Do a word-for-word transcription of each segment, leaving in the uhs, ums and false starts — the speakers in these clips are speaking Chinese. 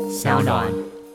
小暖。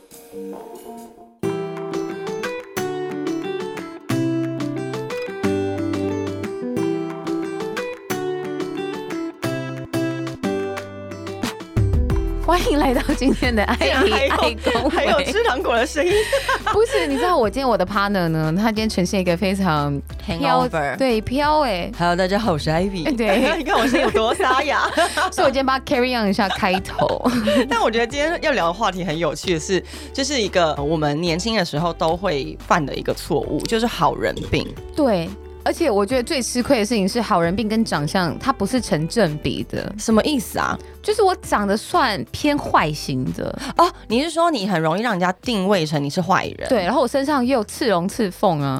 欢迎来到今天的爱你爱公还有吃糖果的声音。 不是，你知道我今天我的 partner 呢，他今天呈现一个非常飘，对飘哎、欸。 Hello， 大家好，我是 Ivy。 对， 你看我声音有多沙哑。 所以我今天帮他 carry on 一下开头。 但我觉得今天要聊的话题很有趣的是，就是一个我们年轻的时候都会犯的一个错误，就是好人病。 对。而且我觉得最吃亏的事情是，好人病跟长相它不是成正比的。 什么意思啊？ 就是我长得算偏坏型的哦。你是说你很容易让人家定位成你是坏人？ 对，然后我身上又有刺龙刺凤啊。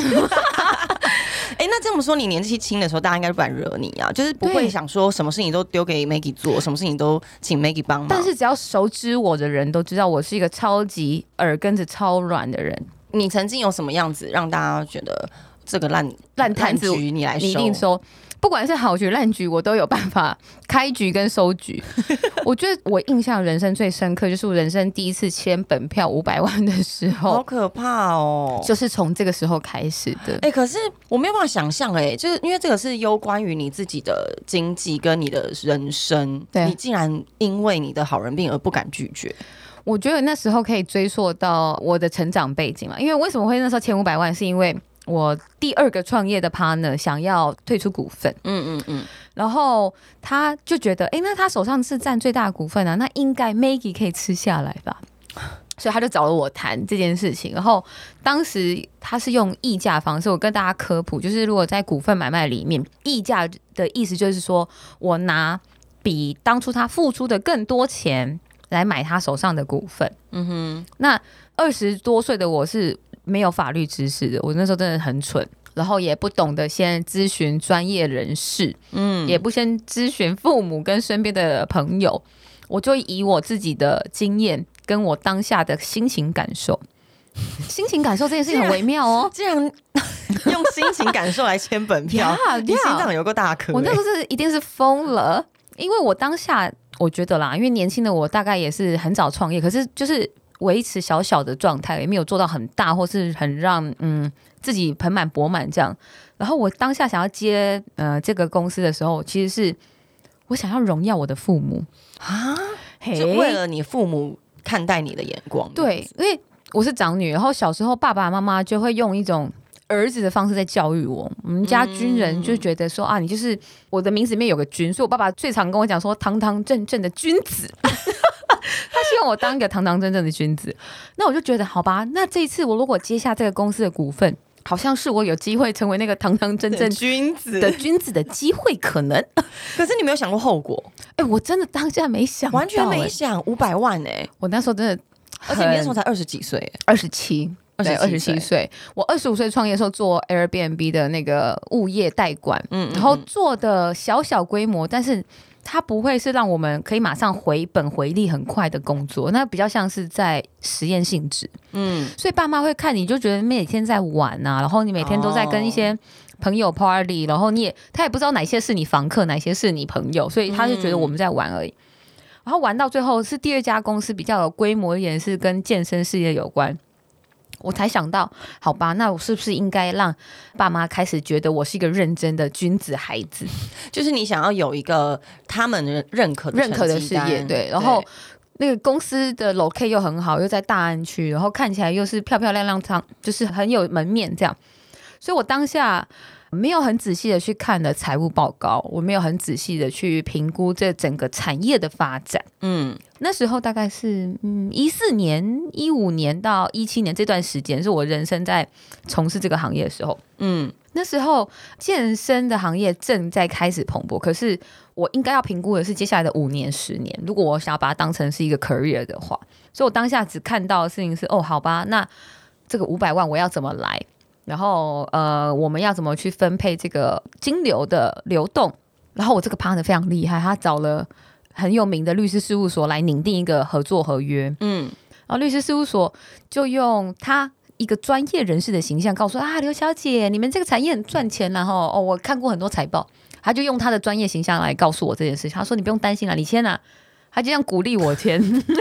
哎、欸，那这么说，你年纪轻的时候，大家应该不敢惹你啊，就是不会想说什么事情都丢给 Maggie 做，什么事情都请 Maggie 帮忙。 但是只要熟知我的人都知道，我是一个超级耳根子超软的人。 你曾经有什么样子让大家觉得？这个烂烂摊子局你来收， 你一定收。不管是好局烂局，我都有办法开局跟收局。我觉得我印象人生最深刻，就是我人生第一次签本票五百万的时候， 好可怕哦！ 就是从这个时候开始的。 哎、欸，可是我没有办法想象，哎，就是因为这个是攸关于你自己的经济跟你的人生，你竟然因为你的好人病而不敢拒绝。 我觉得那时候可以追溯到我的成长背景了，因为为什么会那时候签五百万，是因为我第二个创业的 partner 想要退出股份，嗯嗯嗯，然后他就觉得，哎、欸，那他手上是占最大的股份啊，那应该 Maggie 可以吃下来吧，所以他就找了我谈这件事情。然后当时他是用议价方式，我跟大家科普，就是如果在股份买卖里面，议价的意思就是说我拿比当初他付出的更多钱来买他手上的股份。嗯哼，那二十多岁的我是没有法律知识的，我那时候真的很蠢，然后也不懂得先咨询专业人士，嗯，也不先咨询父母跟身边的朋友，我就以我自己的经验跟我当下的心情感受，心情感受这件事情很微妙哦， 竟然用心情感受来签本票，你心脏有够大颗、欸， 我那时候是一定是疯了，因为我当下我觉得啦，因为年轻的我大概也是很早创业，可是就是维持小小的状态，也没有做到很大，或是很让嗯自己盆满钵满这样。然后我当下想要接呃这个公司的时候，其实是我想要荣耀我的父母啊，就为了你父母看待你的眼光。 对，因为我是长女，然后小时候爸爸妈妈就会用一种儿子的方式在教育我。我们家军人就觉得说、嗯、啊，你就是我的名字里面有个军，所以我爸爸最常跟我讲说堂堂正正的君子。他希望我当一个堂堂正正的君子，那我就觉得好吧，那这一次我如果接下这个公司的股份，好像是我有机会成为那个堂堂正正君子的君子的机会可能。 可是你没有想过后果？ 哎、欸，我真的当下没想到、欸， 完全没想五百万哎、欸！ 我那时候真的， 而且你那时候才二十几岁， 二十七。对，二十七岁，我二十五岁创业的时候做 Airbnb 的那个物业代管，嗯，然后做的小小规模，但是它不会是让我们可以马上回本回利很快的工作，那比较像是在实验性质，嗯，所以爸妈会看你就觉得每天在玩啊，然后你每天都在跟一些朋友 party， 然后你也他也不知道哪些是你房客，哪些是你朋友，所以他就觉得我们在玩而已。嗯、然后玩到最后是第二家公司比较有规模一点，是跟健身事业有关。我才想到，好吧，那我是不是应该让爸妈开始觉得我是一个认真的君子孩子？ 就是你想要有一个他们认可的认可的事业，对。然后那个公司的 locate 又很好，又在大安区，然后看起来又是漂漂亮亮，就是很有门面这样。所以我当下没有很仔细的去看了财务报告，我没有很仔细的去评估这整个产业的发展。嗯，那时候大概是嗯一四年、一五年到一七年这段时间，是我人生在从事这个行业的时候。嗯，那时候健身的行业正在开始蓬勃，可是我应该要评估的是接下来的五年、十年。如果我想要把它当成是一个 career 的话，所以我当下只看到的事情是：哦，好吧，那这个五百万我要怎么来？然后呃，我们要怎么去分配这个金流的流动？然后我这个 partner 非常厉害，他找了很有名的律师事务所来拟定一个合作合约。嗯，然后律师事务所就用他一个专业人士的形象告诉啊，刘小姐，你们这个产业很赚钱，然后哦，我看过很多财报，他就用他的专业形象来告诉我这件事情。他说你不用担心啦，你签啦。他就这样鼓励我签。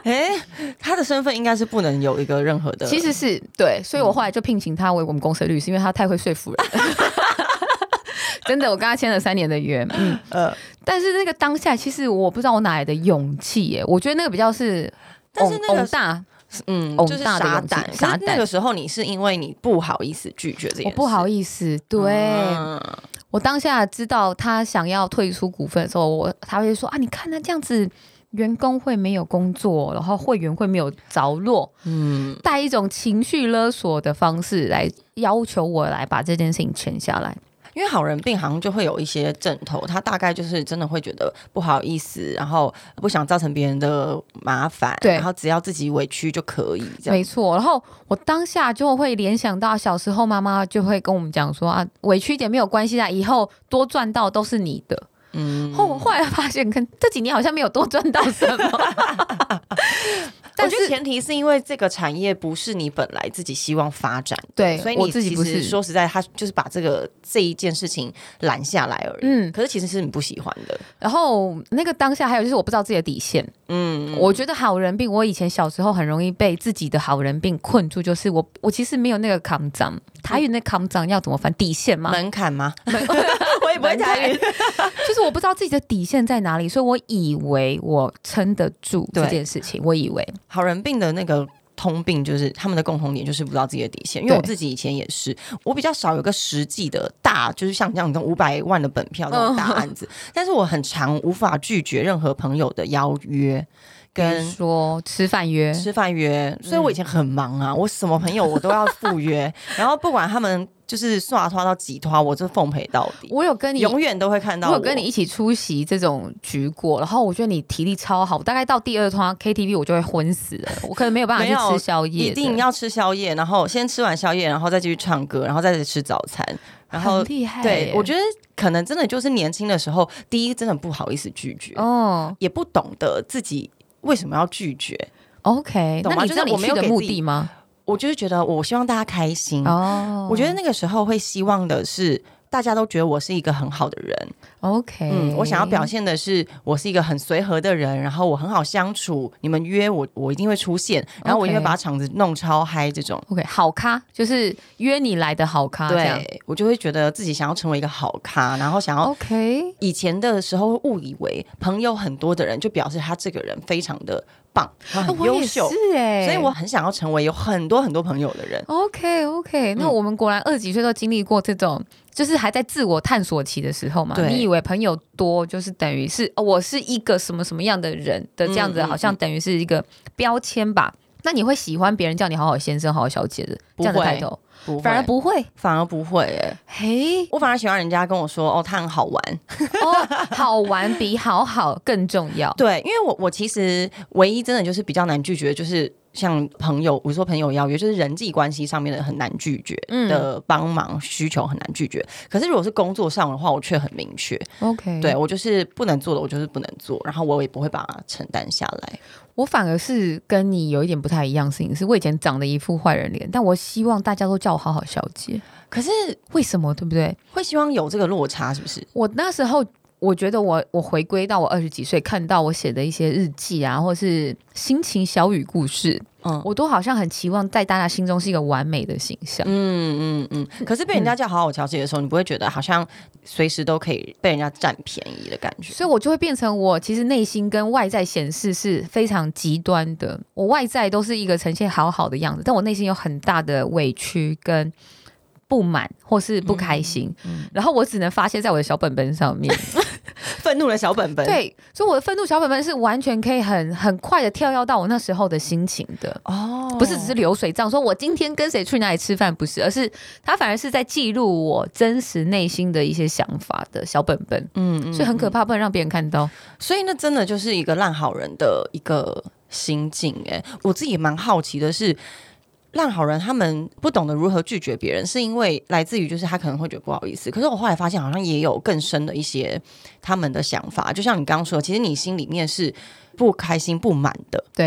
哎、欸，他的身份应该是不能有一个任何的， 其实是对，所以我后来就聘请他为我们公司的律师，因为他太会说服人真的，我跟他签了三年的约，嗯呃，但是那个当下，其实我不知道我哪来的勇气耶，我觉得那个比较是， 但是那个大， 嗯，就是傻胆，傻胆。那个时候你是因为你不好意思拒绝这件事， 我不好意思，对。嗯，我当下知道他想要退出股份的时候，我他会说啊，你看他这样子，员工会没有工作，然后会员会没有着落，嗯，带一种情绪勒索的方式来要求我来把这件事情签下来。 因为好人病好像就会有一些症头，他大概就是真的会觉得不好意思，然后不想造成别人的麻烦，对，然后只要自己委屈就可以这样。 没错，然后我当下就会联想到小时候妈妈就会跟我们讲说啊，委屈一点没有关系啦，以后多赚到都是你的。嗯，后后来发现，跟这几年好像没有多赚到什么。 我觉得前提是因为这个产业不是你本来自己希望发展的， 对， 所以你其实说实在，他就是把这个这一件事情揽下来而已。嗯，可是其实是你不喜欢的。 然后那个当下还有就是我不知道自己的底线。嗯，我觉得好人病，我以前小时候很容易被自己的好人病困住，就是我我其实没有那个扛掌，台语那扛掌要怎么翻？底线吗？ 门槛吗？我也不会台语， 就是我不知道自己的底线在哪里，所以我以为我撑得住这件事情，我以为。 好人病的那个通病就是他们的共同点就是不知道自己的底线，因为我自己以前也是，我比较少有个实际的大，就是像这样的五百万的本票那种大案子，嗯、但是我很常无法拒绝任何朋友的邀约。跟说吃饭约， 吃饭约，所以我以前很忙啊，嗯、我什么朋友我都要赴约，然后不管他们就是刷拖到几拖，我就奉陪到底。 我有跟你永远都会看到我， 我有跟你一起出席这种局过，然后我觉得你体力超好，大概到第二拖 K T V 我就会昏死了，我可能没有办法去吃宵夜， 一定要吃宵夜，然后先吃完宵夜，然后再继续唱歌，然后再吃早餐。然后很厉害， 对，我觉得可能真的就是年轻的时候，第一真的不好意思拒绝，哦，也不懂得自己为什么要拒绝 ？OK， 懂吗？ 那你知道你去的目的吗？ 我就是觉得，我希望大家开心。哦，我觉得那个时候会希望的是，大家都觉得我是一个很好的人。 OK， 嗯，我想要表现的是，我是一个很随和的人，然后我很好相处。你们约我，我一定会出现，然后我一定会把场子弄超嗨。这种 OK， 好咖就是约你来的好咖。 对，我就会觉得自己想要成为一个好咖，然后想要 OK。 以前的时候误以为朋友很多的人就表示他这个人非常的棒，很优秀， 是哎， 所以我很想要成为有很多很多朋友的人。 OK OK， 那我们果然二十几岁都经历过这种。就是还在自我探索期的时候嘛，你以为朋友多就是等于是、哦、我是一个什么什么样的人的这样子，好像等于是一个标签吧？嗯嗯嗯，那你会喜欢别人叫你好好先生、好好小姐的这样的抬头？反而不会， 反而不会哎、欸。嘿，我反而喜欢人家跟我说哦，他很好玩哦，好玩比好好更重要。 对，因为我我其实唯一真的就是比较难拒绝的就是。像朋友，我说朋友邀约，就是人际关系上面的很难拒绝的帮忙需求很难拒绝。可是如果是工作上的话，我却很明确。 OK， 对我就是不能做的，我就是不能做，然后我也不会把它承担下来。 我反而是跟你有一点不太一样的事情，是我以前长得一副坏人脸，但我希望大家都叫我好好小姐。 可是为什么？对不对？ 会希望有这个落差，是不是？ 我那时候。我觉得我我回归到我二十几岁，看到我写的一些日记啊，或是心情小语故事，嗯，我都好像很期望在大家心中是一个完美的形象。 嗯嗯嗯。可是被人家叫好好小姐的时候，嗯、你不会觉得好像随时都可以被人家占便宜的感觉？ 所以我就会变成我其实内心跟外在显示是非常极端的。我外在都是一个呈现好好的样子，但我内心有很大的委屈跟不满或是不开心，嗯嗯、然后我只能发泄在我的小本本上面。 愤怒的小本本， 对，所以我的愤怒小本本是完全可以很很快的跳跃到我那时候的心情的哦，不是只是流水账，说我今天跟谁去哪里吃饭，不是，而是它反而是在记录我真实内心的一些想法的小本本，嗯，嗯，所以很可怕，不能让别人看到， 所以那真的就是一个烂好人的一个心境哎、欸，我自己也蛮好奇的是。烂好人他们不懂得如何拒绝别人，是因为来自于就是他可能会觉得不好意思。可是我后来发现，好像也有更深的一些他们的想法。就像你刚刚说，其实你心里面是不开心、不满的。 对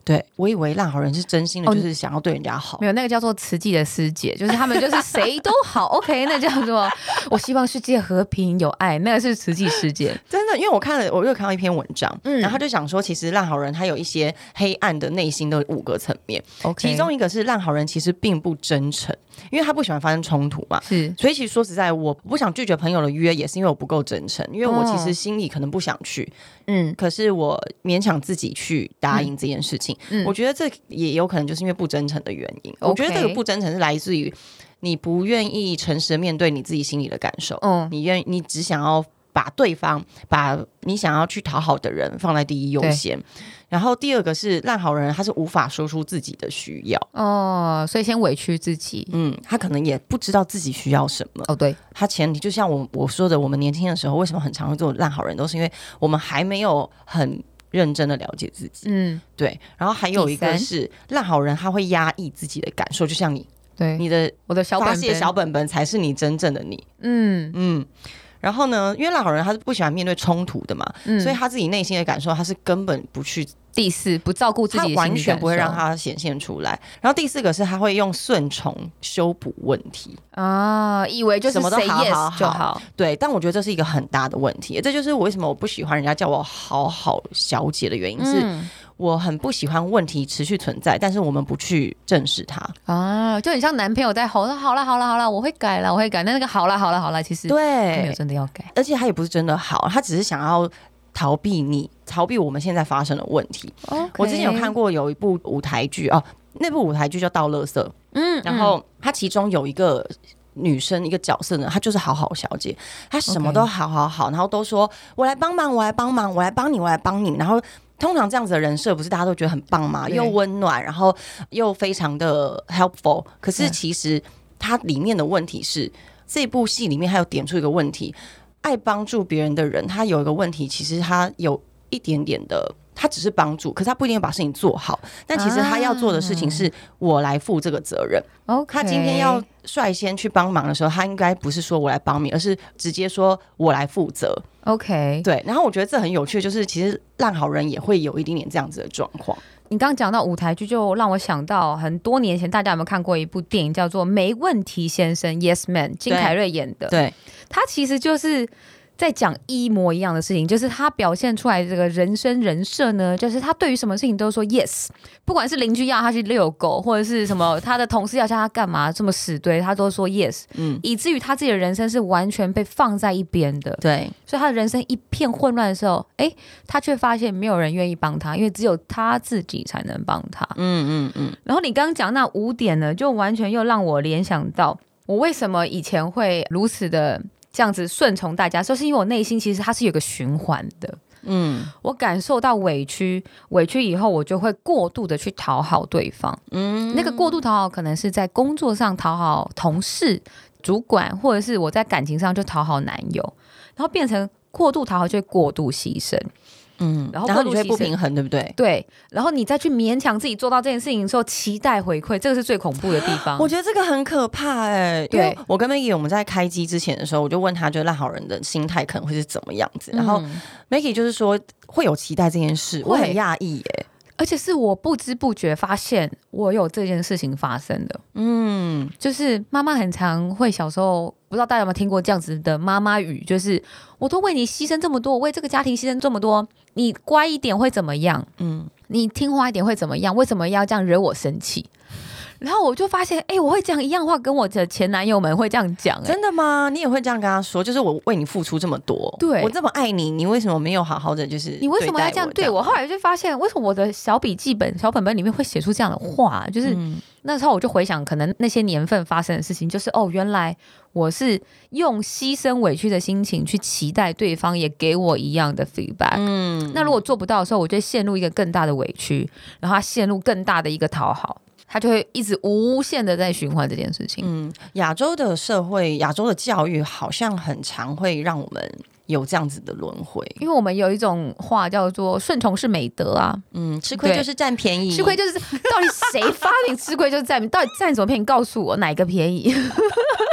对，我以为烂好人是真心的，就是想要对人家好。 没有，那个叫做慈济的师姐，就是他们就是谁都好OK， 那叫做我希望世界和平有爱，那个是慈济师姐。 真的，因为我看了，我又看到一篇文章， 嗯， 然后他就讲说，其实烂好人他有一些黑暗的内心的五个层面， okay， 其中一个是烂好人其实并不真诚，因为他不喜欢发生冲突嘛， 是， 所以其实说实在，我不想拒绝朋友的约，也是因为我不够真诚，因为我其实心里可能不想去，嗯，可是我勉强自己去答应这件事情，嗯，我觉得这也有可能就是因为不真诚的原因。Okay，我觉得这个不真诚是来自于你不愿意诚实的面对你自己心里的感受，嗯，你愿你只想要把对方把你想要去讨好的人放在第一优先。然后第二个是烂好人，他是无法说出自己的需要哦，所以先委屈自己， 嗯，他可能也不知道自己需要什么哦。对， 他前提就像我我说的，我们年轻的时候为什么很常会做烂好人，都是因为我们还没有很认真的了解自己，嗯，对。然后还有一个是烂好人，他会压抑自己的感受，就像你， 对， 你的我的小本本发泄小本本才是你真正的你，嗯嗯。然后呢，因为烂好人他是不喜欢面对冲突的嘛，嗯，所以他自己内心的感受他是根本不去第四不照顾自己的心理感受， 他完全不会让他显现出来。然后第四个是他会用顺从修补问题啊，以为就是什么都好好好就好， 对。但我觉得这是一个很大的问题，这就是我为什么我不喜欢人家叫我好好小姐的原因，是我很不喜欢问题持续存在，但是我们不去正视它啊，就很像男朋友在吼他好啦好啦好啦，我会改啦我会改，那那个好啦好啦好啦，其实对他没有真的要改， 而且他也不是真的好，他只是想要逃避你，逃避我们现在发生的问题。Okay， 我之前有看过有一部舞台剧哦，那部舞台剧叫《倒垃圾》，嗯，然后它其中有一个女生一个角色呢，她就是好好小姐，她什么都好好好，然后都说我来帮忙，我来帮忙，我来帮你，我来帮你，然后。通常这样子的人设不是大家都觉得很棒吗？又温暖，然后又非常的 helpful。可是其实它里面的问题是，这部戏里面还有点出一个问题：爱帮助别人的人，他有一个问题，其实他有一点点的，他只是帮助，可是他不一定要把事情做好。但其实他要做的事情是我来负这个责任。 Okay， 他今天要率先去帮忙的时候，他应该不是说我来帮你，而是直接说我来负责。 OK， 对。然后我觉得这很有趣，就是其实烂好人也会有一点点这样子的状况。 你刚刚讲到舞台剧，就让我想到很多年前，大家有没有看过一部电影叫做《没问题先生》？Yes Man， 金凯瑞演的。 对， 他其实就是在讲一模一样的事情，就是他表现出来的这个人生人设呢，就是他对于什么事情都说 yes， 不管是邻居要他去遛狗，或者是什么他的同事要叫他干嘛，这么死堆，他都说 yes， 嗯，以至于他自己的人生是完全被放在一边的。 对， 所以他的人生一片混乱的时候，哎，他却发现没有人愿意帮他，因为只有他自己才能帮他。嗯嗯嗯。然后你刚刚讲那五点呢，就完全又让我联想到我为什么以前会如此的。这样子顺从大家，就是因为我内心其实它是有个循环的，嗯，我感受到委屈，委屈以后我就会过度的去讨好对方，嗯，那个过度讨好可能是在工作上讨好同事、主管，或者是我在感情上就讨好男友，然后变成过度讨好就会过度牺牲。嗯，然后过度牺牲，然后你就会不平衡，对不对？ 对，然后你再去勉强自己做到这件事情的时候，期待回馈，这个是最恐怖的地方。 我觉得这个很可怕哎、欸。对，我跟 Maggie 我们在开机之前的时候，我就问他，就烂好人的心态可能会是怎么样子。然后 Maggie 就是说会有期待这件事，我很讶异耶。 而且是我不知不觉发现我有这件事情发生的，嗯，就是妈妈很常会小时候，不知道大家有没有听过这样子的妈妈语，就是我都为你牺牲这么多，我为这个家庭牺牲这么多，你乖一点会怎么样？嗯，你听话一点会怎么样？为什么要这样惹我生气？然后我就发现，哎、欸，我会讲一样话，跟我的前男友们会这样讲、欸。 真的吗？你也会这样跟他说？就是我为你付出这么多， 对我这么爱你，你为什么没有好好的就是你为什么要这样对我？后来就发现，为什么我的小笔记本、小本本里面会写出这样的话？就是、嗯、那时候我就回想，可能那些年份发生的事情，就是哦，原来我是用牺牲委屈的心情去期待对方也给我一样的 feedback。嗯，那如果做不到的时候，我就陷入一个更大的委屈，然后他陷入更大的一个讨好。他就会一直无限的在循环这件事情。 嗯，亚洲的社会、亚洲的教育好像很常会让我们有这样子的轮回， 因为我们有一种话叫做顺从是美德啊。 嗯，吃亏就是占便宜， 吃亏就是到底谁发明吃亏就是占，到底占什么便宜？告诉我哪个便宜？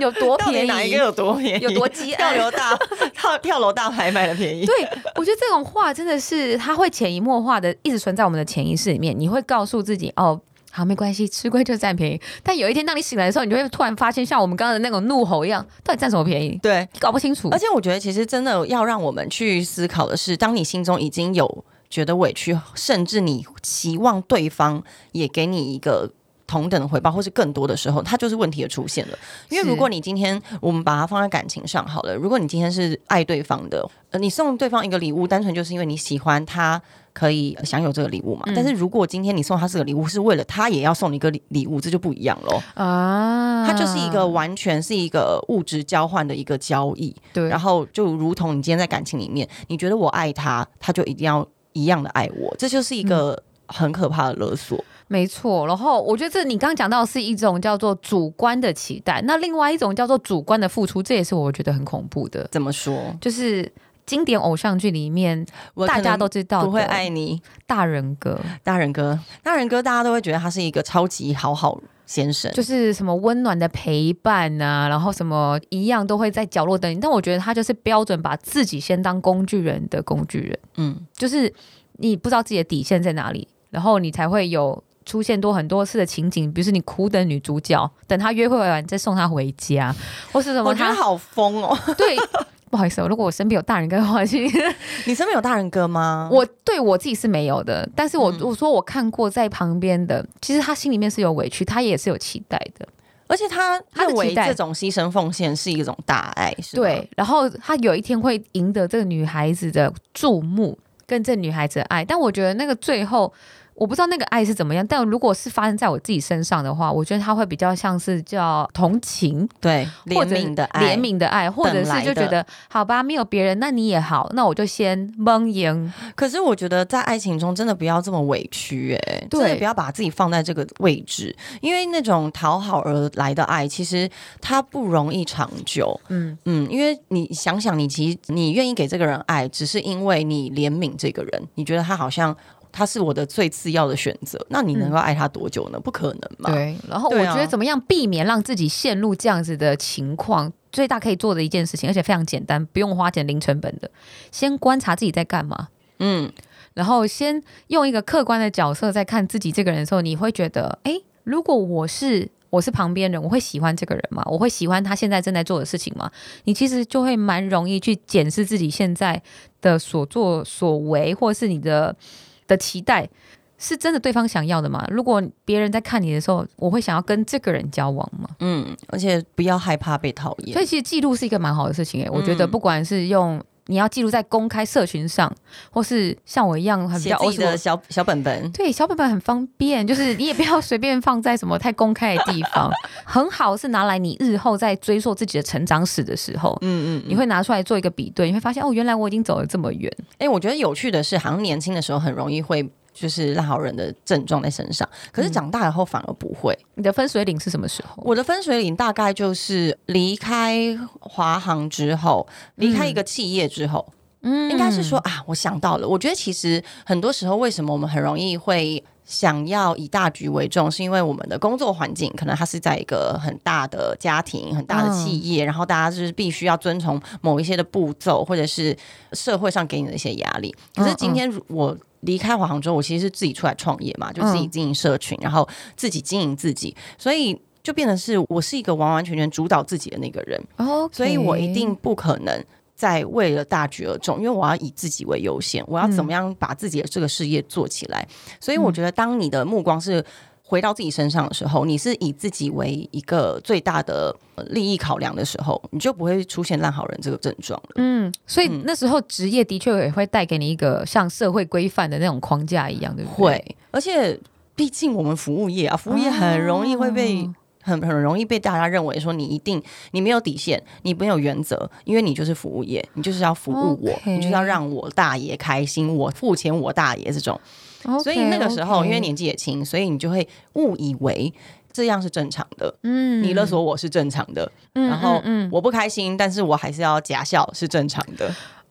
有多便宜？ 到底哪一个有多便宜？ 有多饥跳楼大跳跳楼大拍卖的便宜？ 对，我觉得这种话真的是它会潜移默化的一直存在我们的潜意识里面。你会告诉自己哦，好，没关系，吃亏就占便宜。但有一天当你醒来的时候，你就会突然发现，像我们刚刚的那种怒吼一样，到底占什么便宜？ 对， 搞不清楚。 而且我觉得，其实真的要让我们去思考的是，当你心中已经有觉得委屈，甚至你期望对方也给你一个同等的回报或是更多的时候，它就是问题的出现了。因为如果你今天我们把它放在感情上好了，如果你今天是爱对方的，呃，你送对方一个礼物，单纯就是因为你喜欢他可以享有这个礼物嘛、嗯、但是如果今天你送他这个礼物是为了他也要送你一个礼物，这就不一样咯啊，它就是一个完全是一个物质交换的一个交易。对，然后就如同你今天在感情里面，你觉得我爱他，他就一定要一样的爱我，这就是一个很可怕的勒索。 没错，然后我觉得这你刚刚讲到的是一种叫做主观的期待，那另外一种叫做主观的付出，这也是我觉得很恐怖的。 怎么说？就是经典偶像剧里面大家都知道的不会爱你大人哥， 大人哥，大人哥，大家都会觉得他是一个超级好好先生， 就是什么温暖的陪伴啊，然后什么一样都会在角落等你。但我觉得他就是标准把自己先当工具人的工具人，嗯，就是你不知道自己的底线在哪里，然后你才会有出现多很多次的情景，比如说你苦等女主角，等她约会完再送她回家，或是什么。 我觉得好疯哦。 对，不好意思，如果我身边有大人哥的话，你身边有大人哥吗？ 我对我自己是没有的，但是我、嗯、我说我看过在旁边的，其实他心里面是有委屈，他也是有期待的。 而且他认为这种牺牲奉献是一种大爱，是吗？ 对，然后他有一天会赢得这个女孩子的注目，跟这女孩子的爱。但我觉得那个最后，我不知道那个爱是怎么样，但如果是发生在我自己身上的话，我觉得他会比较像是叫同情， 对，怜悯的爱， 怜悯的爱，或者是就觉得好吧，没有别人，那你也好，那我就先蒙赢。 可是我觉得在爱情中真的不要这么委屈、欸，真的不要把自己放在这个位置，因为那种讨好而来的爱，其实它不容易长久。嗯嗯，因为你想想，你其实你愿意给这个人爱，只是因为你怜悯这个人，你觉得他好像。他是我的最次要的选择，那你能够爱他多久呢？嗯、不可能嘛。 对，然后我觉得怎么样避免让自己陷入这样子的情况，最大可以做的一件事情，而且非常简单，不用花钱零成本的，先观察自己在干嘛。嗯，然后先用一个客观的角色在看自己这个人的时候，你会觉得，哎，如果我是我是旁边人，我会喜欢这个人吗？我会喜欢他现在正在做的事情吗？你其实就会蛮容易去检视自己现在的所作所为，或是你的。的期待是真的对方想要的吗？如果别人在看你的时候，我会想要跟这个人交往吗？ 嗯，而且不要害怕被讨厌。 所以其实记录是一个蛮好的事情、欸、我觉得不管是用你要记录在公开社群上，或是像我一样很比较写自己的小小本本， 对，小本本很方便，就是你也不要随便放在什么太公开的地方，很好是拿来你日后在追溯自己的成长史的时候，嗯 嗯, 嗯，你会拿出来做一个比对，你会发现哦，原来我已经走了这么远。 哎、欸，我觉得有趣的是，好像年轻的时候很容易会。就是烂好人的症状在身上，可是长大以后反而不会、嗯。 你的分水岭是什么时候？ 我的分水岭大概就是离开华航之后，离开一个企业之后，嗯，应该是说啊，我想到了，我觉得其实很多时候为什么我们很容易会想要以大局为重，是因为我们的工作环境可能它是在一个很大的家庭、很大的企业，嗯、然后大家就是必须要遵从某一些的步骤，或者是社会上给你的一些压力。可是今天我。离开华航之后，我其实是自己出来创业嘛，就自己经营社群、嗯、然后自己经营自己，所以就变成是我是一个完完全全主导自己的那个人、okay. 所以我一定不可能再为了大局而重，因为我要以自己为优先，我要怎么样把自己的这个事业做起来、嗯、所以我觉得当你的目光是回到自己身上的时候，你是以自己为一个最大的利益考量的时候，你就不会出现烂好人这个症状了。 嗯，所以那时候职业的确也会带给你一个像社会规范的那种框架一样，对不对？ 会，而且毕竟我们服务业啊，服务业很容易会被、哦、很很容易被大家认为说你一定你没有底线，你没有原则，因为你就是服务业，你就是要服务我， okay. 你就是要让我大爷开心，我付钱我大爷这种。Okay, 所以那个时候、okay. 因为年纪也轻，所以你就会误以为这样是正常的，嗯，你勒索我是正常的、嗯、然后我不开心、嗯、但是我还是要假笑是正常的。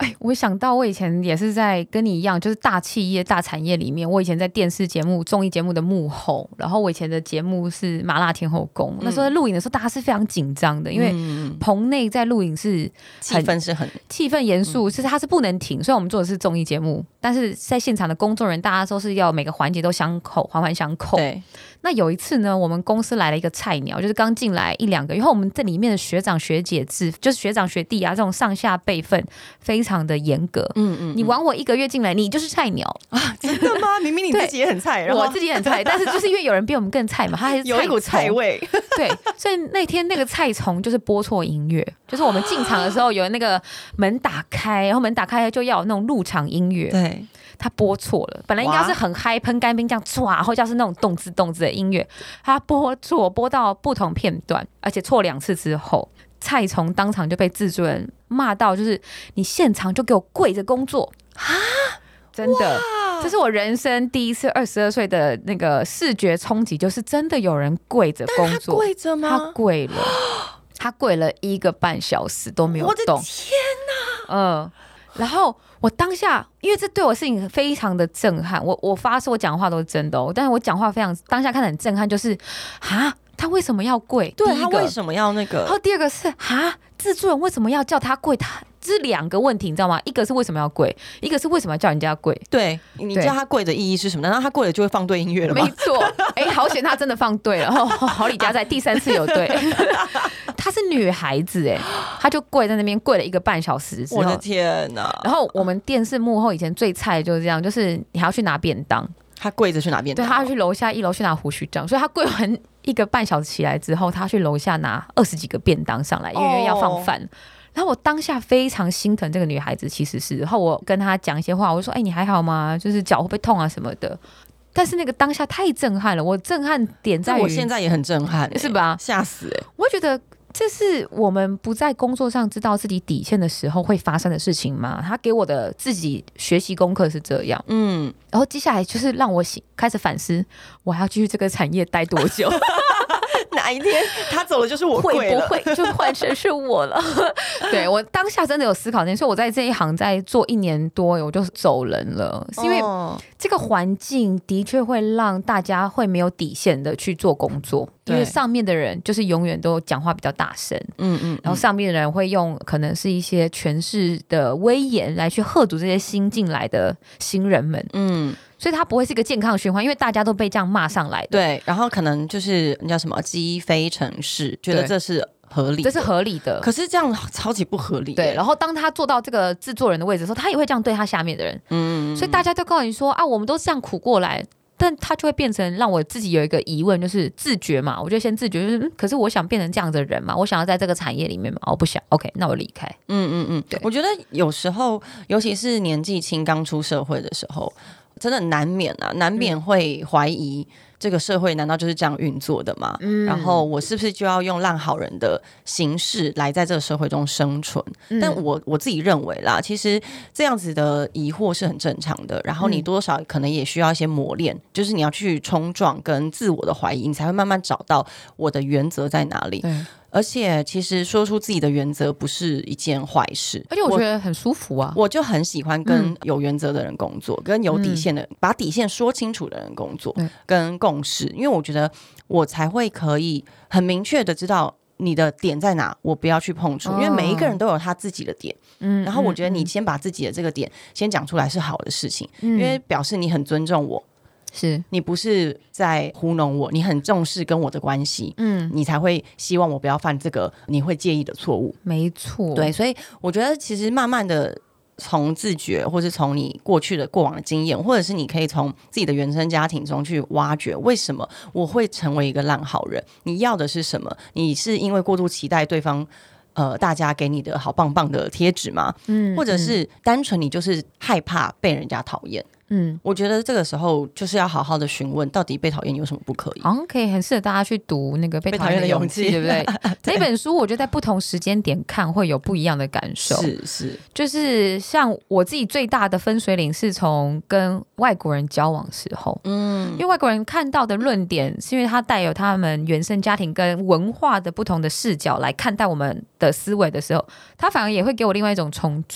哎，我想到我以前也是在跟你一样，就是大企业、大产业里面。我以前在电视节目、综艺节目的幕后，然后我以前的节目是《麻辣天后宫》，嗯，那时候在录影的时候，大家是非常紧张的，因为棚内在录影是气氛是很气氛严肃，是它是不能停。虽然我们做的是综艺节目，但是在现场的工作人员，大家都是要每个环节都相扣，环环相扣。 对。 那有一次呢，我们公司来了一个菜鸟，就是刚进来一两个月，然后我们这里面的学长学姐制，就是学长学弟啊，这种上下辈分非常的严格。嗯嗯，你晚我一个月进来，你就是菜鸟啊？真的吗？明明你自己也很菜，然后我自己也很菜，但是就是因为有人比我们更菜嘛，他还是有一股菜味。 对，所以那天那个菜虫就是播错音乐，就是我们进场的时候有那个门打开，然后门打开就要有那种入场音乐。 对。 他播错了，本来应该是很嗨喷干冰这样唰，然后就是那种动次动次的音乐，他播错，播到不同片段，而且错两次之后，蔡从当场就被制作人骂到，就是你现场就给我跪着工作啊！真的，这是我人生第一次二十二岁的那个视觉冲击，就是真的有人跪着工作， 他跪着吗？ 他跪了，他跪了一个半小时都没有动。 我的天哪！ 嗯。然后我当下，因为这对我事情非常的震撼，我我发誓我讲话都是真的哦，但是我讲话非常当下看得很震撼，就是啊，他为什么要跪？ 对，他为什么要那个？ 然后第二个是啊，制作人为什么要叫他跪？他这是两个问题，你知道吗？一个是为什么要跪，一个是为什么要叫人家跪。 对，你叫他跪的意义是什么？难道他跪了就会放对音乐了吗？ 没错，哎，好险他真的放对了，哦、好李家在第三次有对。她是女孩子哎，她就跪在那边跪了一个半小时之后， 我的天哪！ 然后我们电视幕后以前最菜的就是这样，就是你还要去拿便当， 她跪着去拿便当， 对，她要去楼下一楼去拿胡须章，所以她跪完一个半小时起来之后，她去楼下拿二十几个便当上来，因为要放饭。哦，然后我当下非常心疼这个女孩子，其实是，然后我跟她讲一些话，我就说：“哎，你还好吗？就是脚会不会痛啊什么的。”但是那个当下太震撼了，我震撼点在于， 我现在也很震撼，欸， 是吧？ 吓死哎，欸！ 我觉得这是我们不在工作上知道自己底线的时候会发生的事情吗？他给我的自己学习功课是这样，嗯，然后接下来就是让我开始反思，我还要继续这个产业待多久？ 哪一天他走了就是我跪了， 会不会就换成是我了？对，我当下真的有思考这件事，所以我在这一行在做一年多，我就走人了，是因为这个环境的确会让大家会没有底线的去做工作，因为上面的人就是永远都讲话比较大声，嗯嗯，然后上面的人会用可能是一些权势的威严来去吓阻这些新进来的新人们，嗯。所以它不会是一个健康的循环，因为大家都被这样骂上来的。 对，然后可能就是那叫什么积非成是，觉得这是合理的， 这是合理的。 可是这样超级不合理。 对，然后当他做到这个制作人的位置的时候，他也会这样对他下面的人。嗯，所以大家都告诉你说啊，我们都这样苦过来，但他就会变成让我自己有一个疑问，就是自觉嘛。我就先自觉，就是、嗯、可是我想变成这样的人嘛，我想要在这个产业里面嘛，我不想。OK， 那我离开。嗯嗯嗯，对。我觉得有时候，尤其是年纪轻刚出社会的时候。真的难免啊，难免会怀疑这个社会难道就是这样运作的吗？嗯，然后我是不是就要用烂好人的形式来在这个社会中生存？嗯、但我我自己认为啦，其实这样子的疑惑是很正常的。然后你多少可能也需要一些磨练，嗯、就是你要去冲撞跟自我的怀疑，你才会慢慢找到我的原则在哪里。而且其实说出自己的原则不是一件坏事， 而且我觉得很舒服啊。 我, 我就很喜欢跟有原则的人工作，嗯、跟有底线的、嗯、把底线说清楚的人工作，嗯、跟共识，因为我觉得我才会可以很明确的知道你的点在哪，我不要去碰触，哦、因为每一个人都有他自己的点。嗯，然后我觉得你先把自己的这个点先讲出来是好的事情，嗯、因为表示你很尊重我。是你不是在糊弄我，你很重视跟我的关系，嗯，你才会希望我不要犯这个你会介意的错误。 没错， 对，所以我觉得其实慢慢的从自觉，或是从你过去的过往的经验，或者是你可以从自己的原生家庭中去挖掘，为什么我会成为一个烂好人？你要的是什么？你是因为过度期待对方？呃，大家给你的好棒棒的贴纸吗？嗯，或者是单纯你就是害怕被人家讨厌？嗯，我觉得这个时候就是要好好的询问，到底被讨厌有什么不可以？ 好像可以很适合大家去读那个被讨厌的勇气，对不对？这本书我觉得在不同时间点看会有不一样的感受。 是是， 就是像我自己最大的分水岭是从跟外国人交往时候，嗯，因为外国人看到的论点是因为他带有他们原生家庭跟文化的不同的视角来看待我们的思维的时候，他反而也会给我另外一种冲撞。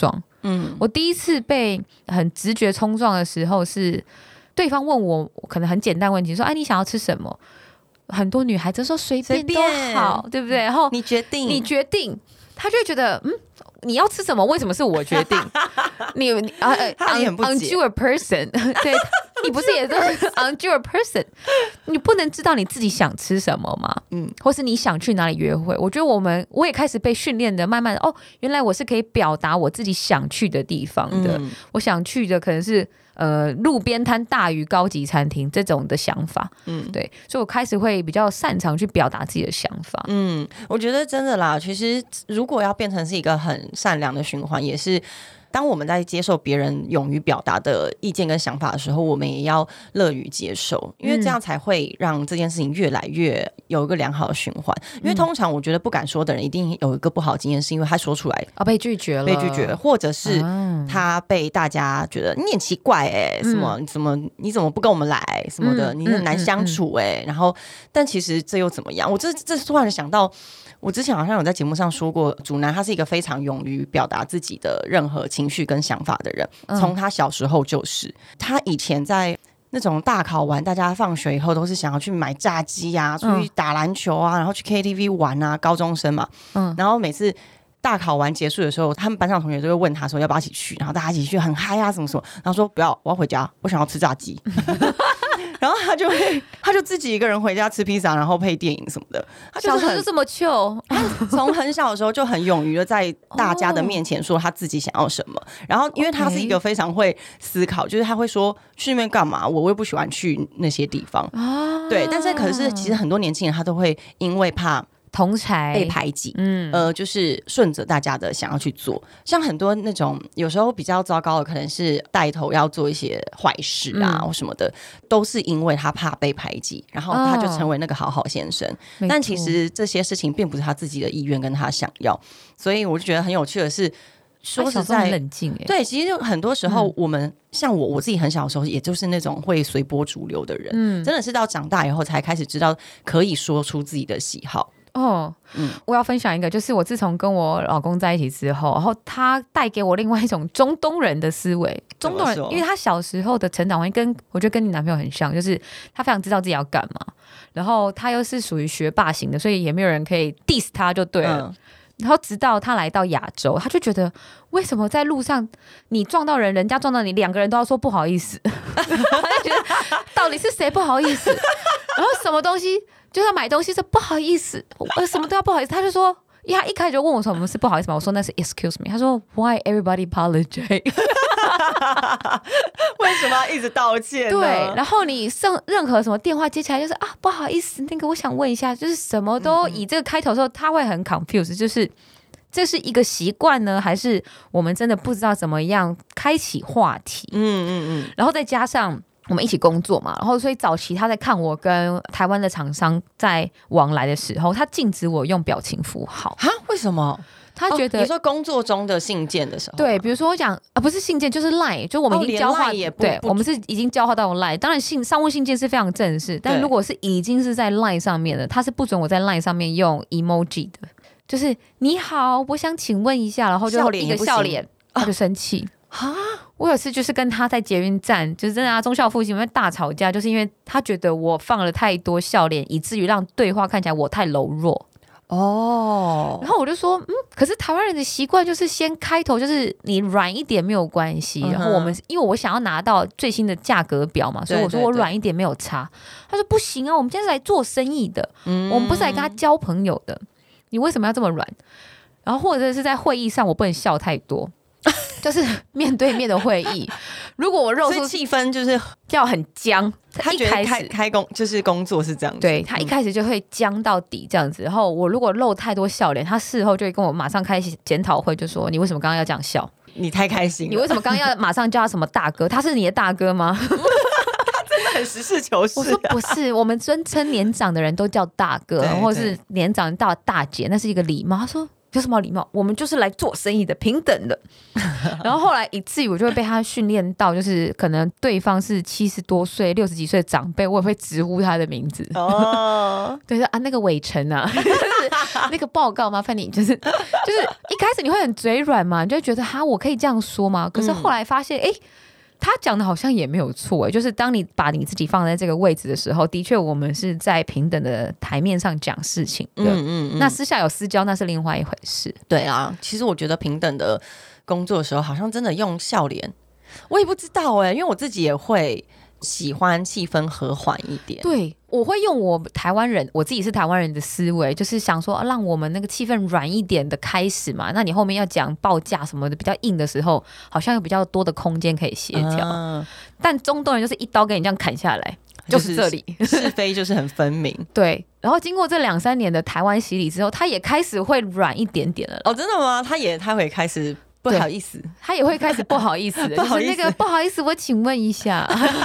嗯，我第一次被很直觉冲撞的时候是对方问我可能很简单问题，说哎你想要吃什么？很多女孩子说随便都好，对不对？然后你决定， 你决定，她就会觉得嗯。你要吃什么？为什么是我决定？你啊呃 ，aren't you a person？ 对，你不是也都 aren't you a person？ 你不能知道你自己想吃什么吗？嗯，或是你想去哪里约会？我觉得我们我也开始被训练的，慢慢的哦，原来我是可以表达我自己想去的地方的。嗯、我想去的可能是呃路边摊大于高级餐厅这种的想法。嗯，对，所以我开始会比较擅长去表达自己的想法。 嗯，我觉得真的啦，其实如果要变成是一个很善良的循环，也是当我们在接受别人勇于表达的意见跟想法的时候，我们也要乐于接受，因为这样才会让这件事情越来越有一个良好的循环。因为通常我觉得不敢说的人一定有一个不好的经验，是因为他说出来啊、哦、被拒绝了， 被拒绝了，或者是他被大家觉得你很奇怪哎、欸，什么你怎么你怎么不跟我们来什么的，你很难相处哎、欸，然后但其实这又怎么样？我这这突然想到。我之前好像有在节目上说过，祖男他是一个非常勇于表达自己的任何情绪跟想法的人，从他小时候就是。他以前在那种大考完，大家放学以后都是想要去买炸鸡啊，出去打篮球啊，然后去 K T V 玩啊，高中生嘛，嗯，然后每次大考完结束的时候，他们班上同学就会问他说要不要一起去，然后大家一起去很嗨啊什么什么，然后说不要，我要回家，我想要吃炸鸡。然后他就会，他就自己一个人回家吃披萨，然后配电影什么的。他就是小时候就这么糗， 从很小的时候就很勇于的在大家的面前说他自己想要什么。然后因为他是一个非常会思考，就是他会说去那边干嘛？我又不喜欢去那些地方。啊、对，但是可是其实很多年轻人他都会因为怕。 同侪被排挤，嗯，呃，就是顺着大家的想要去做，像很多那种有时候比较糟糕的，可能是带头要做一些坏事啊、嗯、或什么的，都是因为他怕被排挤，然后他就成为那个好好先生。哦、但其实这些事情并不是他自己的意愿跟他想要，所以我就觉得很有趣的是。说实在， 很冷静哎。 对，其实很多时候我们、嗯、像我我自己很小的时候，也就是那种会随波逐流的人，嗯，真的是到长大以后才开始知道可以说出自己的喜好。 哦，嗯，我要分享一个，就是我自从跟我老公在一起之后，然后他带给我另外一种中东人的思维。中东人，因为他小时候的成长环境跟我觉得跟你男朋友很像，就是他非常知道自己要干嘛，然后他又是属于学霸型的，所以也没有人可以 diss 他就对了。嗯，然后直到他来到亚洲，他就觉得为什么在路上你撞到人，人家撞到你，两个人都要说不好意思，他就觉得到底是谁不好意思？然后什么东西就要买东西说不好意思，我什么都要不好意思，他就说，他一开始就问我说我们是不好意思吗？我说那是 excuse me， 他说 why everybody apologize？ 为什么要一直道歉呢？ 对，然后你上任何什么电话接起来就是啊不好意思，那个我想问一下，就是什么都以这个开头的时候，他会很 confused， 就是这是一个习惯呢，还是我们真的不知道怎么样开启话题？嗯嗯嗯，然后再加上。我们一起工作嘛，然后所以早期他在看我跟台湾的厂商在往来的时候，他禁止我用表情符号。 哈？为什么？ 他觉得、 哦、你说工作中的信件的时候， 对，比如说我讲啊，不是信件就是 Line， 就我们已经交换、哦、 也不对，我们是已经交换到 Line。当然信商务信件是非常正式，但如果是已经是在 Line 上面的，他是不准我在 Line 上面用 emoji 的，就是你好，我想请问一下，然后就一个笑脸，他就生气。啊！我有次就是跟他在捷运站，就是真的啊，忠孝复兴我们大吵架，就是因为他觉得我放了太多笑脸，以至于让对话看起来我太柔弱。哦，然后我就说，嗯，可是台湾人的习惯就是先开头就是你软一点没有关系，嗯、然后我们因为我想要拿到最新的价格表嘛，所以我说我软一点没有差。他说不行啊，我们今天是来做生意的，嗯、我们不是来跟他交朋友的，你为什么要这么软？然后或者是在会议上我不能笑太多。就是面对面的会议，如果我露出气氛就是要很僵， 他觉得开开工就是工作是这样子， 对他一开始就会僵到底这样子。然后我如果露太多笑脸，他事后就会跟我马上开始检讨会，就说你为什么刚刚要这样笑？ 你太开心了， 你为什么刚刚要马上叫他什么大哥？他是你的大哥吗？ 他真的很实事求是、啊。 我说不是，我们尊称年长的人都叫大哥，或者是年长到大姐，那是一个礼貌。他说。有什么礼貌？我们就是来做生意的，平等的。然后后来以至于我就会被他训练到，就是可能对方是七十多岁、六十几岁的长辈，我也会直呼他的名字。哦，对啊，那个伟成啊， 那个报告麻烦你就是就是一开始你会很嘴软嘛，你就会觉得哈我可以这样说吗？可是后来发现哎。欸他讲的好像也没有错，就是当你把你自己放在这个位置的时候，的确我们是在平等的台面上讲事情的。嗯嗯嗯，那私下有私交那是另外一回事。 对啊，其实我觉得平等的工作的时候，好像真的用笑脸，我也不知道哎、欸，因为我自己也会喜欢气氛和缓一点。 对，我会用我台湾人，我自己是台湾人的思维，就是想说、啊、让我们那个气氛软一点的开始嘛。那你后面要讲报价什么的比较硬的时候，好像有比较多的空间可以协调、啊。但中东人就是一刀给你这样砍下来，就是这里是非就是很分明。 对，然后经过这两三年的台湾洗礼之后，他也开始会软一点点了。 哦，真的吗？他也他会开始。不好意思， 他也会开始不好意思的，就是那个不好意思，我请问一下。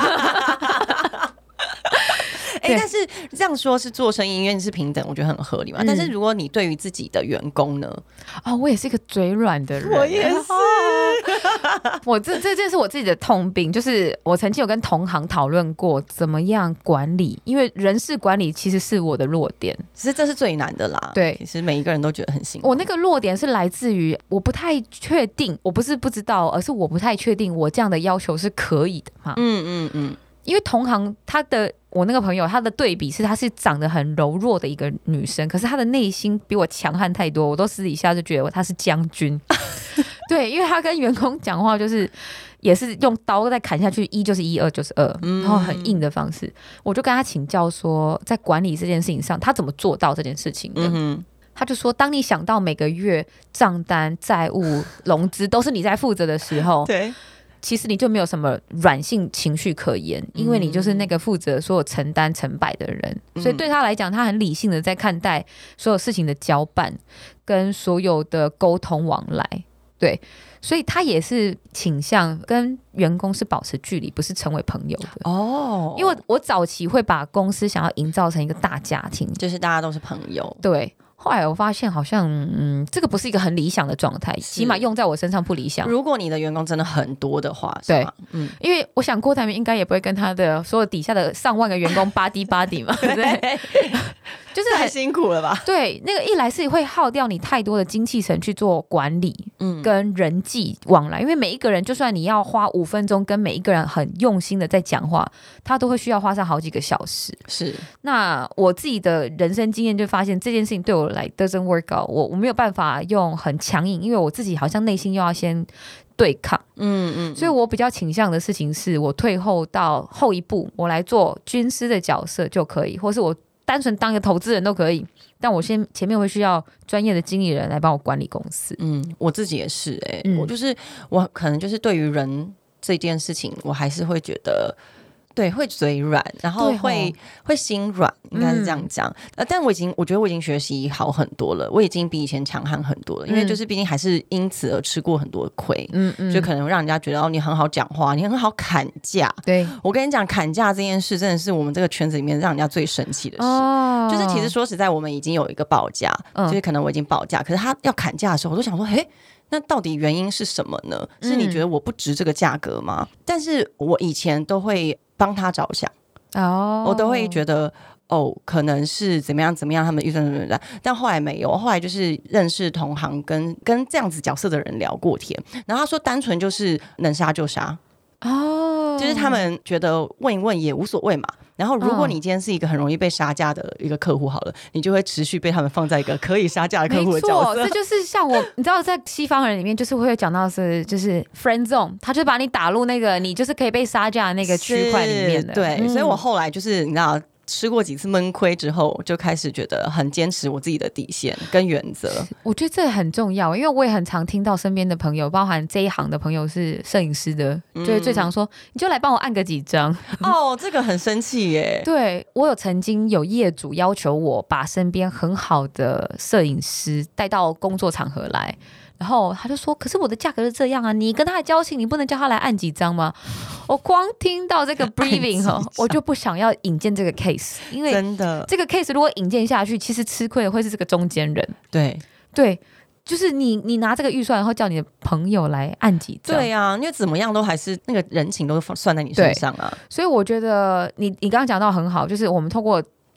哎、欸，但是这样说是做生意，因为是平等，我觉得很合理嘛、嗯。但是如果你对于自己的员工呢？ 哦，我也是一个嘴软的人， 我也是。 我这这这是我自己的痛病，就是我曾经有跟同行讨论过怎么样管理，因为人事管理其实是我的弱点， 其实这是最难的啦。 对， 其实每一个人都觉得很辛苦。 我那个弱点是来自于我不太确定，我不是不知道，而是我不太确定我这样的要求是可以的嘛。嗯嗯嗯。因为同行他的我那个朋友他的对比是她是长得很柔弱的一个女生，可是她的内心比我强悍太多，我都私底下就觉得她是将军。对，因为她跟员工讲话就是也是用刀再砍下去，一就是一，二就是二，然后很硬的方式。我就跟她请教说，在管理这件事情上，她怎么做到这件事情的？嗯，他就说，当你想到每个月账单、债务、融资都是你在负责的时候， 对。 其实你就没有什么软性情绪可言，因为你就是那个负责所有承担成败的人、嗯、所以对他来讲，他很理性的在看待所有事情的交办跟所有的沟通往来。对，所以他也是倾向跟员工是保持距离，不是成为朋友的哦。因为我早期会把公司想要营造成一个大家庭， 就是大家都是朋友。 对，后来我发现好像嗯，这个不是一个很理想的状态，起码用在我身上不理想。 如果你的员工真的很多的话， 对，嗯，因为我想郭台铭应该也不会跟他的所有底下的上万个员工巴滴巴滴嘛，对不对？就是太辛苦了吧？ 对，那个一来是会耗掉你太多的精气神去做管理，嗯，跟人际往来，因为每一个人，就算你要花五分钟跟每一个人很用心的在讲话，他都会需要花上好几个小时。 是， 那我自己的人生经验就发现，这件事情对我来 doesn't work out， 我我没有办法用很强硬，因为我自己好像内心又要先对抗，嗯嗯，所以我比较倾向的事情是我退后到后一步，我来做军师的角色就可以，或是我单纯当一个投资人都可以，但我先前面会需要专业的经理人来帮我管理公司。 嗯，我自己也是哎、欸嗯，我就是我可能就是对于人这件事情，我还是会觉得。对，会嘴软，然后会、哦、会心软，应该是这样讲、嗯呃。但我已经，我觉得我已经学习好很多了，我已经比以前强悍很多了。因为就是毕竟还是因此而吃过很多亏，嗯嗯，就可能让人家觉得哦，你很好讲话，你很好砍价。 对， 我跟你讲，砍价这件事真的是我们这个圈子里面让人家最生气的事。哦，就是其实说实在，我们已经有一个报价、嗯，就是可能我已经报价，可是他要砍价的时候，我都想说，嘿。那到底原因是什么呢？是你觉得我不值这个价格吗？嗯、但是我以前都会帮他着想，哦，我都会觉得哦，可能是怎么样怎么样，他们预算怎么样，但后来没有。后来就是认识同行跟，跟跟这样子角色的人聊过天，然后他说单纯就是能杀就杀，哦，就是他们觉得问一问也无所谓嘛。然后如果你今天是一个很容易被杀价的一个客户好了，你就会持续被他们放在一个可以杀价的客户的角色。 没错，这就是像我，你知道在西方人里面就是会讲到是就是 friend zone， 他就把你打入那个你就是可以被杀价的那个区块里面的。 对、嗯，所以我后来就是你知道吃过几次闷亏之后，就开始觉得很坚持我自己的底线跟原则。 我觉得这很重要，因为我也很常听到身边的朋友，包含这一行的朋友是摄影师的，嗯、就会最常说：“你就来帮我按个几张。” 哦，这个很生气耶。 对，我有曾经有业主要求我把身边很好的摄影师带到工作场合来。然后他就说：“可是我的价格是这样啊，你跟他的交情，你不能叫他来按几张吗？”我光听到这个 briefing 我就不想要引荐这个 case， 因为真的这个 case 如果引荐下去，其实吃亏的会是这个中间人。 对对，就是你你拿这个预算，然后叫你的朋友来按几张。 对啊，因为怎么样都还是那个人情都算在你身上啊。 所以我觉得你你刚刚讲到很好，就是我们透过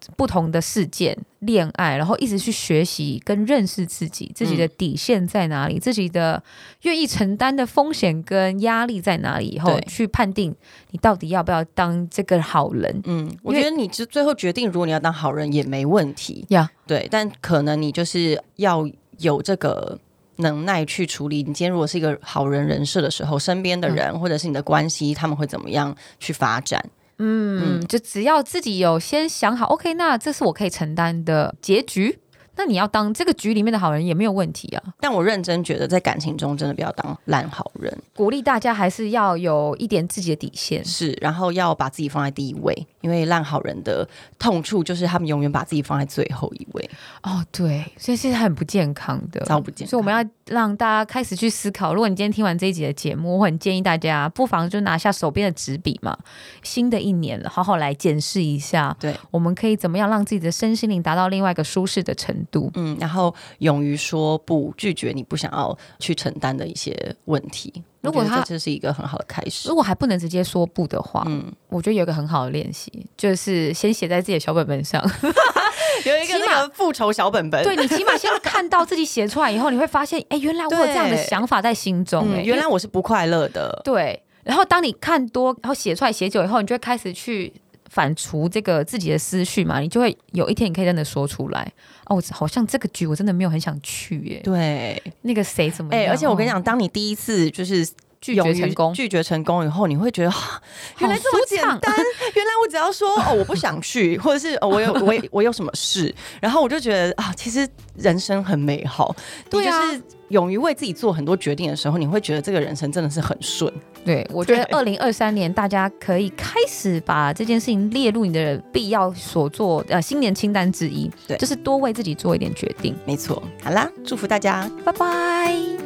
不同的事件、恋爱，然后一直去学习跟认识自己，自己的底线在哪里，嗯、自己的愿意承担的风险跟压力在哪里，以后去判定你到底要不要当这个好人。 嗯，我觉得你最后决定，如果你要当好人也没问题呀。Yeah. 对，但可能你就是要有这个能耐去处理。你今天如果是一个好人人设的时候，身边的人、嗯、或者是你的关系，他们会怎么样去发展？ 嗯，嗯就只要自己有先想好 ，OK， 那这是我可以承担的结局。那你要当这个局里面的好人也没有问题啊。 但我认真觉得，在感情中真的不要当烂好人。 鼓励大家还是要有一点自己的底线， 是，然后要把自己放在第一位，因为烂好人的痛处就是他们永远把自己放在最后一位。 哦，对，所以是很不健康的， 超不健康。 所以我们要让大家开始去思考，如果你今天听完这一集的节目，我很建议大家不妨就拿下手边的纸笔嘛，新的一年了，好好来检视一下， 对， 我们可以怎么样让自己的身心灵达到另外一个舒适的程度。 嗯，然后勇于说不，拒绝你不想要去承担的一些问题。如果他这是一个很好的开始。 如果还不能直接说不的话，嗯，我觉得有一个很好的练习，就是先写在自己的小本本上。 有一个那个复仇小本本， 对，你起码先看到自己写出来以后，你会发现，哎，原来我有这样的想法在心中、欸， 嗯，原来我是不快乐的。 对，然后当你看多，然后写出来写久以后，你就会开始去反刍这个自己的思绪嘛，你就会有一天你可以真的说出来，哦，好像这个局我真的没有很想去耶。 对， 那个谁怎么样？ 哎、欸，而且我跟你讲，当你第一次就是拒绝成功， 拒绝成功以后，你会觉得、啊、原来这么简单，原来我只要说哦我不想去，或者是、哦、我有我我有什么事，然后我就觉得啊，其实人生很美好。对啊，你就是勇于为自己做很多决定的时候，你会觉得这个人生真的是很顺。 对，我觉得二零二三年大家可以开始把这件事情列入你的必要所做呃新年清单之一，对，就是多为自己做一点决定。 没错，好啦，祝福大家， 拜拜。